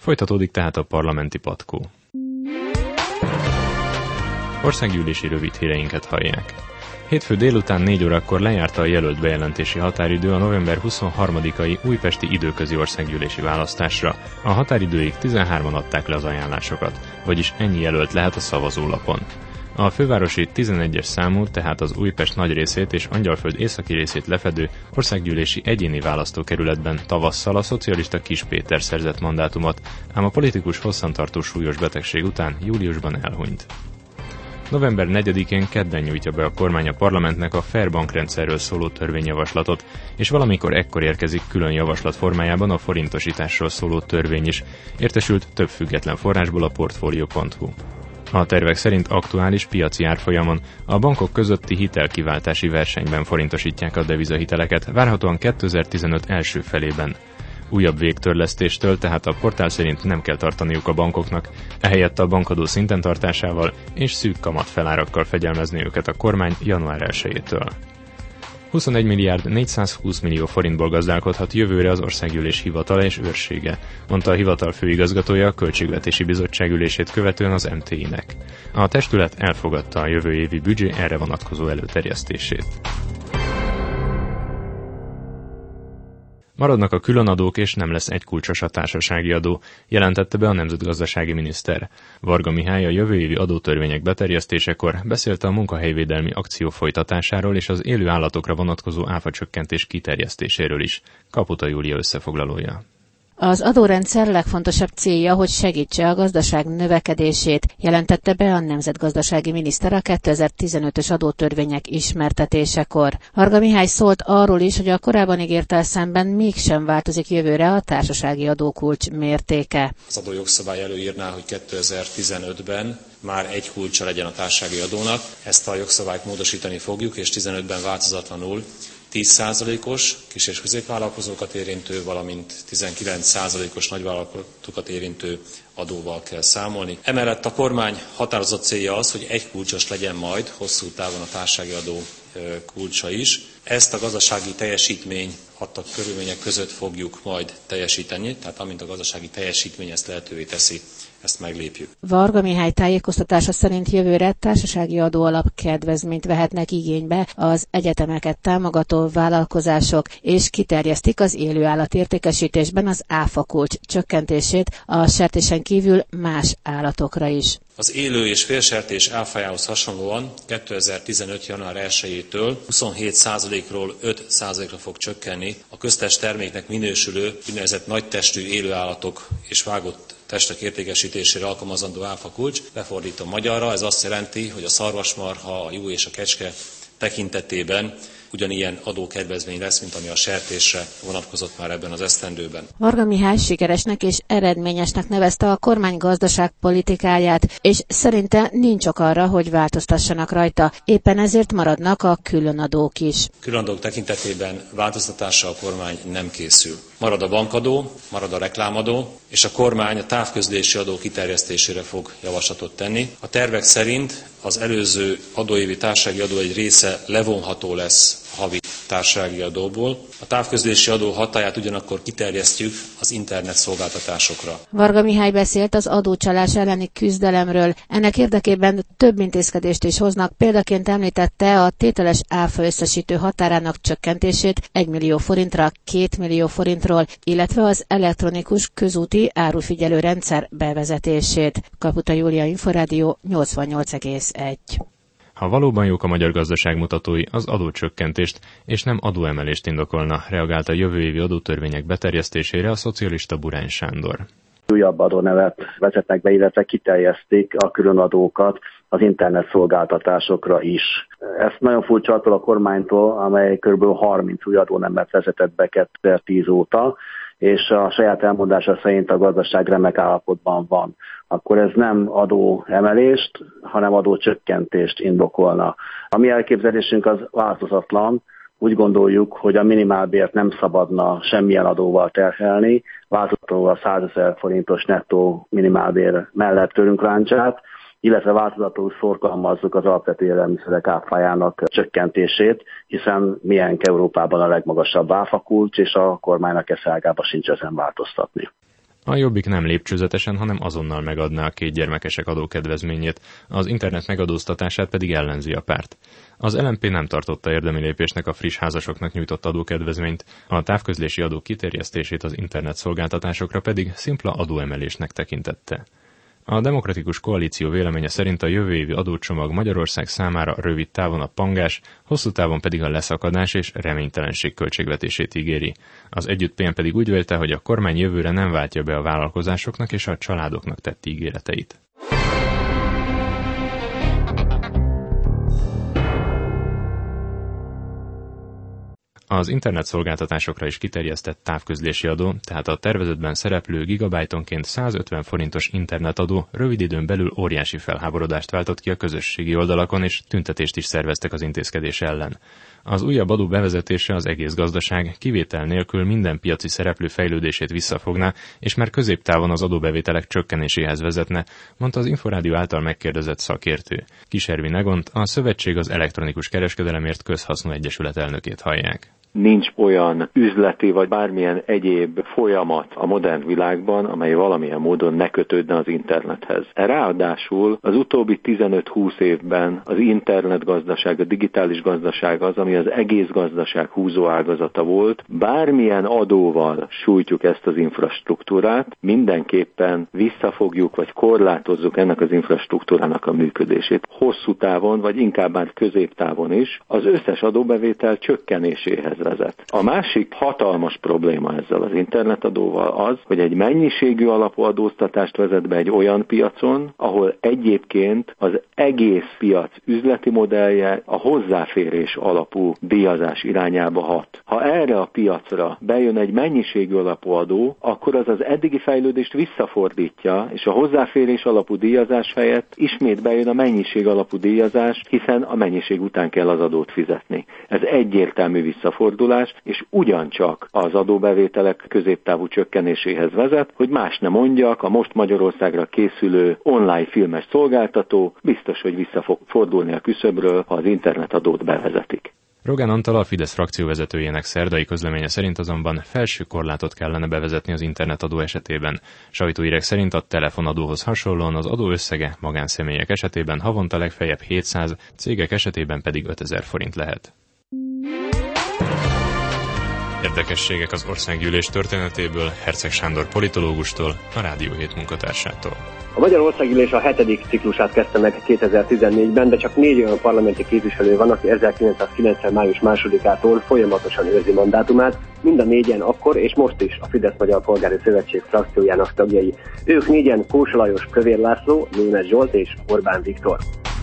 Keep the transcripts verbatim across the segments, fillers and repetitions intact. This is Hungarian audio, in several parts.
Folytatódik tehát a parlamenti patkó. Országgyűlési rövid híreinket hallják. Hétfő délután négy órakor lejárta a jelölt bejelentési határidő a november huszonharmadikai újpesti időközi országgyűlési választásra. A határidőig tizenhárman adták le az ajánlásokat, vagyis ennyi jelölt lehet a szavazólapon. A fővárosi tizenegyes számú, tehát az Újpest nagy részét és Angyalföld északi részét lefedő országgyűlési egyéni választókerületben tavasszal a szocialista Kiss Péter szerzett mandátumot, ám a politikus hosszantartó súlyos betegség után júliusban elhunyt. november negyedikén kedden nyújtja be a kormány a parlamentnek a fair bankrendszerről szóló törvényjavaslatot, és valamikor ekkor érkezik külön javaslat formájában a forintosításról szóló törvény is, értesült több független forrásból a portfolio pont hu. A tervek szerint aktuális piaci árfolyamon a bankok közötti hitelkiváltási versenyben forintosítják a devizahiteleket, várhatóan kétezer-tizenöt első felében. Újabb végtörlesztéstől tehát a portál szerint nem kell tartaniuk a bankoknak, ehelyett a bankadó szinten tartásával és szűk kamatfelárakkal fegyelmezni őket a kormány január elsejétől. huszonegy milliárd négyszázhúsz millió forintból gazdálkodhat jövőre az országgyűlés hivatala és őrsége, mondta a hivatal főigazgatója a Költségvetési Bizottság ülését követően az em té i-nek. A testület elfogadta a jövő évi büdzsé erre vonatkozó előterjesztését. Maradnak a különadók, és nem lesz egykulcsos a társasági adó, jelentette be a nemzetgazdasági miniszter. Varga Mihály a jövő évi adótörvények beterjesztésekor beszélt a munkahelyvédelmi akció folytatásáról és az élő állatokra vonatkozó áfacsökkentés kiterjesztéséről is. Kaputa Júlia összefoglalója. Az adórendszer legfontosabb célja, hogy segítse a gazdaság növekedését, jelentette be a nemzetgazdasági miniszter a kétezer-tizenötös adótörvények ismertetésekor. Varga Mihály szólt arról is, hogy a korábban ígérttel szemben mégsem változik jövőre a társasági adókulcs mértéke. Az adójogszabály előírná, hogy kétezer-tizenötben már egy kulcsa legyen a társasági adónak. Ezt a jogszabályt módosítani fogjuk, és tizenötben változatlanul tíz százalékos kis- és középvállalkozókat érintő, valamint tizenkilenc százalékos nagyvállalatokat érintő adóval kell számolni. Emellett a kormány határozott célja az, hogy egy kulcsos legyen majd hosszú távon a társasági adó kulcsa is. Ezt a gazdasági teljesítmény adtak körülmények között fogjuk majd teljesíteni, tehát amint a gazdasági teljesítmény ezt lehetővé teszi, ezt meglépjük. Varga Mihály tájékoztatása szerint jövőre társasági adóalap kedvezményt vehetnek igénybe az egyetemeket támogató vállalkozások, és kiterjesztik az élő állatértékesítésben az áfakulcs csökkentését a sertésen kívül más állatokra is. Az élő és félsertés áfájához hasonlóan kétezer-tizenöt. január elsejétől huszonhét százalékról öt százalékra fog csökkenni a köztes terméknek minősülő úgynevezett nagytestű élőállatok és vágott testek értékesítésére alkalmazandó áfakulcs. Lefordítom magyarra, ez azt jelenti, hogy a szarvasmarha, a juh és a kecske tekintetében ugyanilyen adókedvezmény lesz, mint ami a sertésre vonatkozott már ebben az esztendőben. Varga Mihály sikeresnek és eredményesnek nevezte a kormány gazdaságpolitikáját, és szerinte nincs ok arra, hogy változtassanak rajta. Éppen ezért maradnak a különadók is. Különadók tekintetében változtatásra a kormány nem készül. Marad a bankadó, marad a reklámadó, és a kormány a távközlési adó kiterjesztésére fog javaslatot tenni. A tervek szerint az előző adóévi társasági adó egy része levonható lesz a havi társasági adóból. A távközlési adó hatályát ugyanakkor kiterjesztjük az internet szolgáltatásokra. Varga Mihály beszélt az adócsalás elleni küzdelemről. Ennek érdekében több intézkedést is hoznak, példaként említette a tételes áfa összesítő határának csökkentését egy millió forintra két millió forintról, illetve az elektronikus közúti árufigyelő rendszer bevezetését. Kaputa Júlia, Inforádió nyolcvannyolc egész egy. Ha valóban jók a magyar gazdaság mutatói, az adócsökkentést és nem adóemelést indokolna, reagált a jövő évi adótörvények beterjesztésére a szocialista Burány Sándor. Újabb adónevet vezetnek be, illetve kiterjesztik a különadókat az internet szolgáltatásokra is. Ezt nagyon furcsa attól a kormánytól, amely kb. harminc új adónemet vezetett be kétezer-tíz óta, és a saját elmondása szerint a gazdaság remek állapotban van, akkor ez nem adóemelést, hanem adócsökkentést indokolna. A mi elképzelésünk az változatlan, úgy gondoljuk, hogy a minimálbért nem szabadna semmilyen adóval terhelni, változatlanul a százezer forintos nettó minimálbér mellett törünk láncsát, illetve változatlanul szorgalmazzuk az alapvető élelmiszerek áfájának csökkentését, hiszen milyen Európában a legmagasabb áfakulcs, és a kormánynak esze ágába sincs ezen változtatni. A Jobbik nem lépcsőzetesen, hanem azonnal megadná a kétgyermekesek adókedvezményét, az internet megadóztatását pedig ellenzi a párt. Az el em pé nem tartotta érdemi lépésnek a friss házasoknak nyújtott adókedvezményt, a távközlési adó kiterjesztését az internet szolgáltatásokra pedig szimpla adóemelésnek tekintette. A Demokratikus Koalíció véleménye szerint a jövő évi adócsomag Magyarország számára rövid távon a pangás, hosszú távon pedig a leszakadás és reménytelenség költségvetését ígéri. Az Együtt pé en pedig úgy vélte, hogy a kormány jövőre nem váltja be a vállalkozásoknak és a családoknak tett ígéreteit. Az internetszolgáltatásokra is kiterjesztett távközlési adó, tehát a tervezetben szereplő gigabájtonként százötven forintos internetadó rövid időn belül óriási felháborodást váltott ki a közösségi oldalakon, és tüntetést is szerveztek az intézkedés ellen. Az újabb adó bevezetése az egész gazdaság kivétel nélkül minden piaci szereplő fejlődését visszafogná, és már középtávon az adóbevételek csökkenéséhez vezetne, mondta az Inforádió által megkérdezett szakértő. Kiservi Negont, a Szövetség az Elektronikus Kereskedelemért Közhasznú Egyesület elnökét hallják. Nincs olyan üzleti vagy bármilyen egyéb folyamat a modern világban, amely valamilyen módon ne kötődne az internethez. Ráadásul az utóbbi tizenöt-húsz évben az internetgazdaság, a digitális gazdaság az, ami az egész gazdaság húzóágazata volt. Bármilyen adóval sújtjuk ezt az infrastruktúrát, mindenképpen visszafogjuk vagy korlátozzuk ennek az infrastruktúrának a működését. Hosszú távon, vagy inkább már középtávon is az összes adóbevétel csökkenéséhez vezet. A másik hatalmas probléma ezzel az internetadóval az, hogy egy mennyiségű alapú adóztatást vezet be egy olyan piacon, ahol egyébként az egész piac üzleti modellje a hozzáférés alapú díjazás irányába hat. Ha erre a piacra bejön egy mennyiségű alapú adó, akkor az az eddigi fejlődést visszafordítja, és a hozzáférés alapú díjazás helyett ismét bejön a mennyiség alapú díjazás, hiszen a mennyiség után kell az adót fizetni. Ez egyértelmű visszafordítás, és ugyancsak az adóbevételek középtávú csökkenéséhez vezet, hogy más nem mondjak, a most Magyarországra készülő online filmes szolgáltató biztos, hogy vissza fog fordulni a küszöbről, ha az internetadót bevezetik. Rogán Antal, a Fidesz frakcióvezetőjének szerdai közleménye szerint azonban felső korlátot kellene bevezetni az internetadó esetében. Sajtóírek szerint a telefonadóhoz hasonlóan az adó összege magánszemélyek esetében havonta legfeljebb hétszáz, cégek esetében pedig ötezer forint lehet. Érdekességek az országgyűlés történetéből Herceg Sándor politológustól, a Rádió hét munkatársától. A Magyar Országgyűlés a hetedik ciklusát kezdte meg kétezer-tizennégyben, de csak négy olyan parlamenti képviselő van, aki ezerkilencszázkilencven. május másodikától folyamatosan őrzi mandátumát, mind a négyen akkor és most is a Fidesz-Magyar Polgári Szövetség frakciójának tagjai. Ők négyen Kósa Lajos, Kövér László, Németh Zsolt és Orbán Viktor.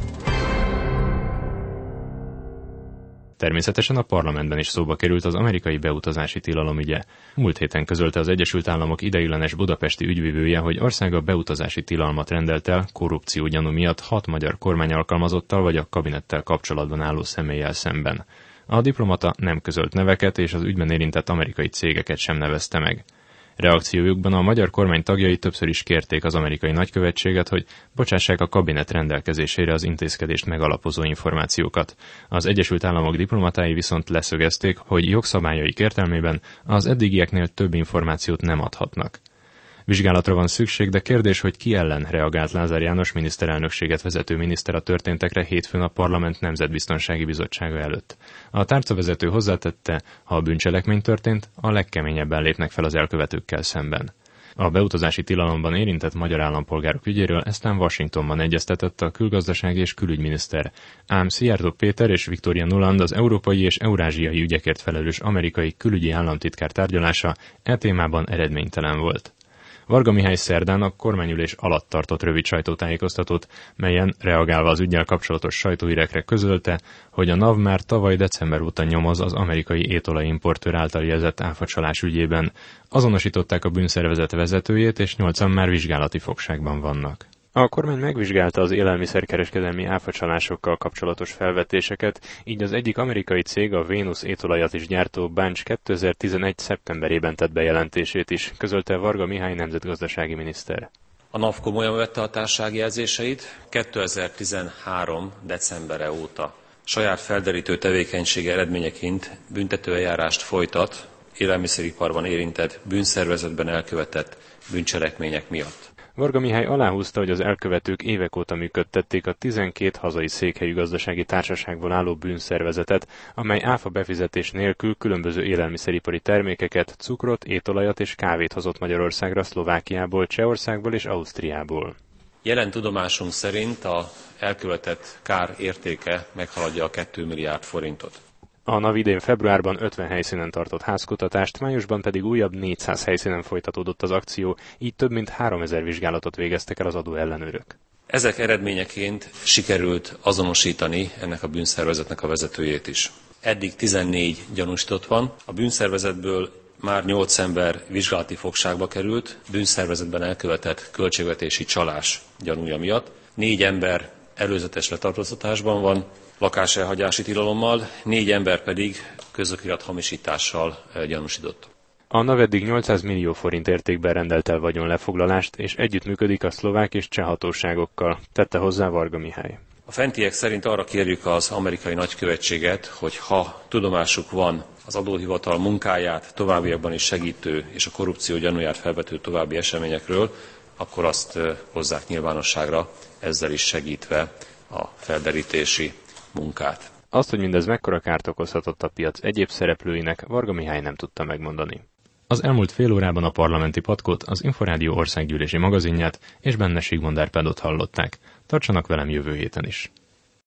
Természetesen a parlamentben is szóba került az amerikai beutazási tilalom ügye. Múlt héten közölte az Egyesült Államok ideiglenes budapesti ügyvivője, hogy országa beutazási tilalmat rendelt el korrupció gyanú miatt hat magyar kormányalkalmazottal vagy a kabinettel kapcsolatban álló személlyel szemben. A diplomata nem közölt neveket és az ügyben érintett amerikai cégeket sem nevezte meg. Reakciójukban a magyar kormány tagjai többször is kérték az amerikai nagykövetséget, hogy bocsássák a kabinet rendelkezésére az intézkedést megalapozó információkat. Az Egyesült Államok diplomatái viszont leszögezték, hogy jogszabályaik értelmében az eddigieknél több információt nem adhatnak. Vizsgálatra van szükség, de kérdés, hogy ki ellen reagált Lázár János miniszterelnökséget vezető miniszter a történtekre hétfőn a Parlament Nemzetbiztonsági Bizottsága előtt. A tárcavezető hozzátette, ha a bűncselekmény történt, a legkeményebben lépnek fel az elkövetőkkel szemben. A beutazási tilalomban érintett magyar állampolgárok ügyéről eztán Washingtonban egyeztetett a külgazdasági és külügyminiszter. Ám Szijjártó Péter és Victoria Nuland, az európai és eurázsiai ügyekért felelős amerikai külügyi államtitkár tárgyalása e témában eredménytelen volt. Varga Mihály szerdán a kormányülés alatt tartott rövid sajtótájékoztatót, melyen reagálva az üggyel kapcsolatos sajtóhírekre közölte, hogy a NAV már tavaly december óta nyomoz az amerikai étolajimportőr által jelzett áfacsalás ügyében. Azonosították a bűnszervezet vezetőjét, és nyolcan már vizsgálati fogságban vannak. A kormány megvizsgálta az élelmiszerkereskedelmi áfacsalásokkal kapcsolatos felvetéseket, így az egyik amerikai cég, a Vénusz étolajat is gyártó Bunch kétezer-tizenegy. szeptemberében tett bejelentését is, közölte Varga Mihály nemzetgazdasági miniszter. A NAV komolyan vette a társaság jelzéseit, kétezer-tizenhárom. decembere óta saját felderítő tevékenysége eredményeként büntetőeljárást folytat, élelmiszeriparban érintett bűnszervezetben elkövetett bűncselekmények miatt. Varga Mihály aláhúzta, hogy az elkövetők évek óta működtették a tizenkét hazai székhelyű gazdasági társaságból álló bűnszervezetet, amely áfa befizetés nélkül különböző élelmiszeripari termékeket, cukrot, étolajat és kávét hozott Magyarországra Szlovákiából, Csehországból és Ausztriából. Jelen tudomásunk szerint a elkövetett kár értéke meghaladja a két milliárd forintot. A NAV idén februárban ötven helyszínen tartott házkutatást, májusban pedig újabb négyszáz helyszínen folytatódott az akció, így több mint háromezer vizsgálatot végeztek el az adóellenőrök. Ezek eredményeként sikerült azonosítani ennek a bűnszervezetnek a vezetőjét is. Eddig tizennégy gyanúsított van, a bűnszervezetből már nyolc ember vizsgálati fogságba került, bűnszervezetben elkövetett költségvetési csalás gyanúja miatt. Négy ember előzetes letartóztatásban van, lakáselhagyási tilalommal, négy ember pedig közokirat hamisítással gyanúsított. A NAV eddig nyolcszáz millió forint értékben rendelt el vagyonlefoglalást, és együttműködik a szlovák és cseh hatóságokkal, tette hozzá Varga Mihály. A fentiek szerint arra kérjük az amerikai nagykövetséget, hogy ha tudomásuk van az adóhivatal munkáját továbbiakban is segítő és a korrupció gyanúját felvető további eseményekről, akkor azt hozzák nyilvánosságra, ezzel is segítve a felderítési munkát. Azt, hogy mindez mekkora kárt okozhatott a piac egyéb szereplőinek, Varga Mihály nem tudta megmondani. Az elmúlt fél órában a Parlamenti Patkót, az Inforádió országgyűlési magazinját és benne Sigmond Árpádot hallották. Tartsanak velem jövő héten is.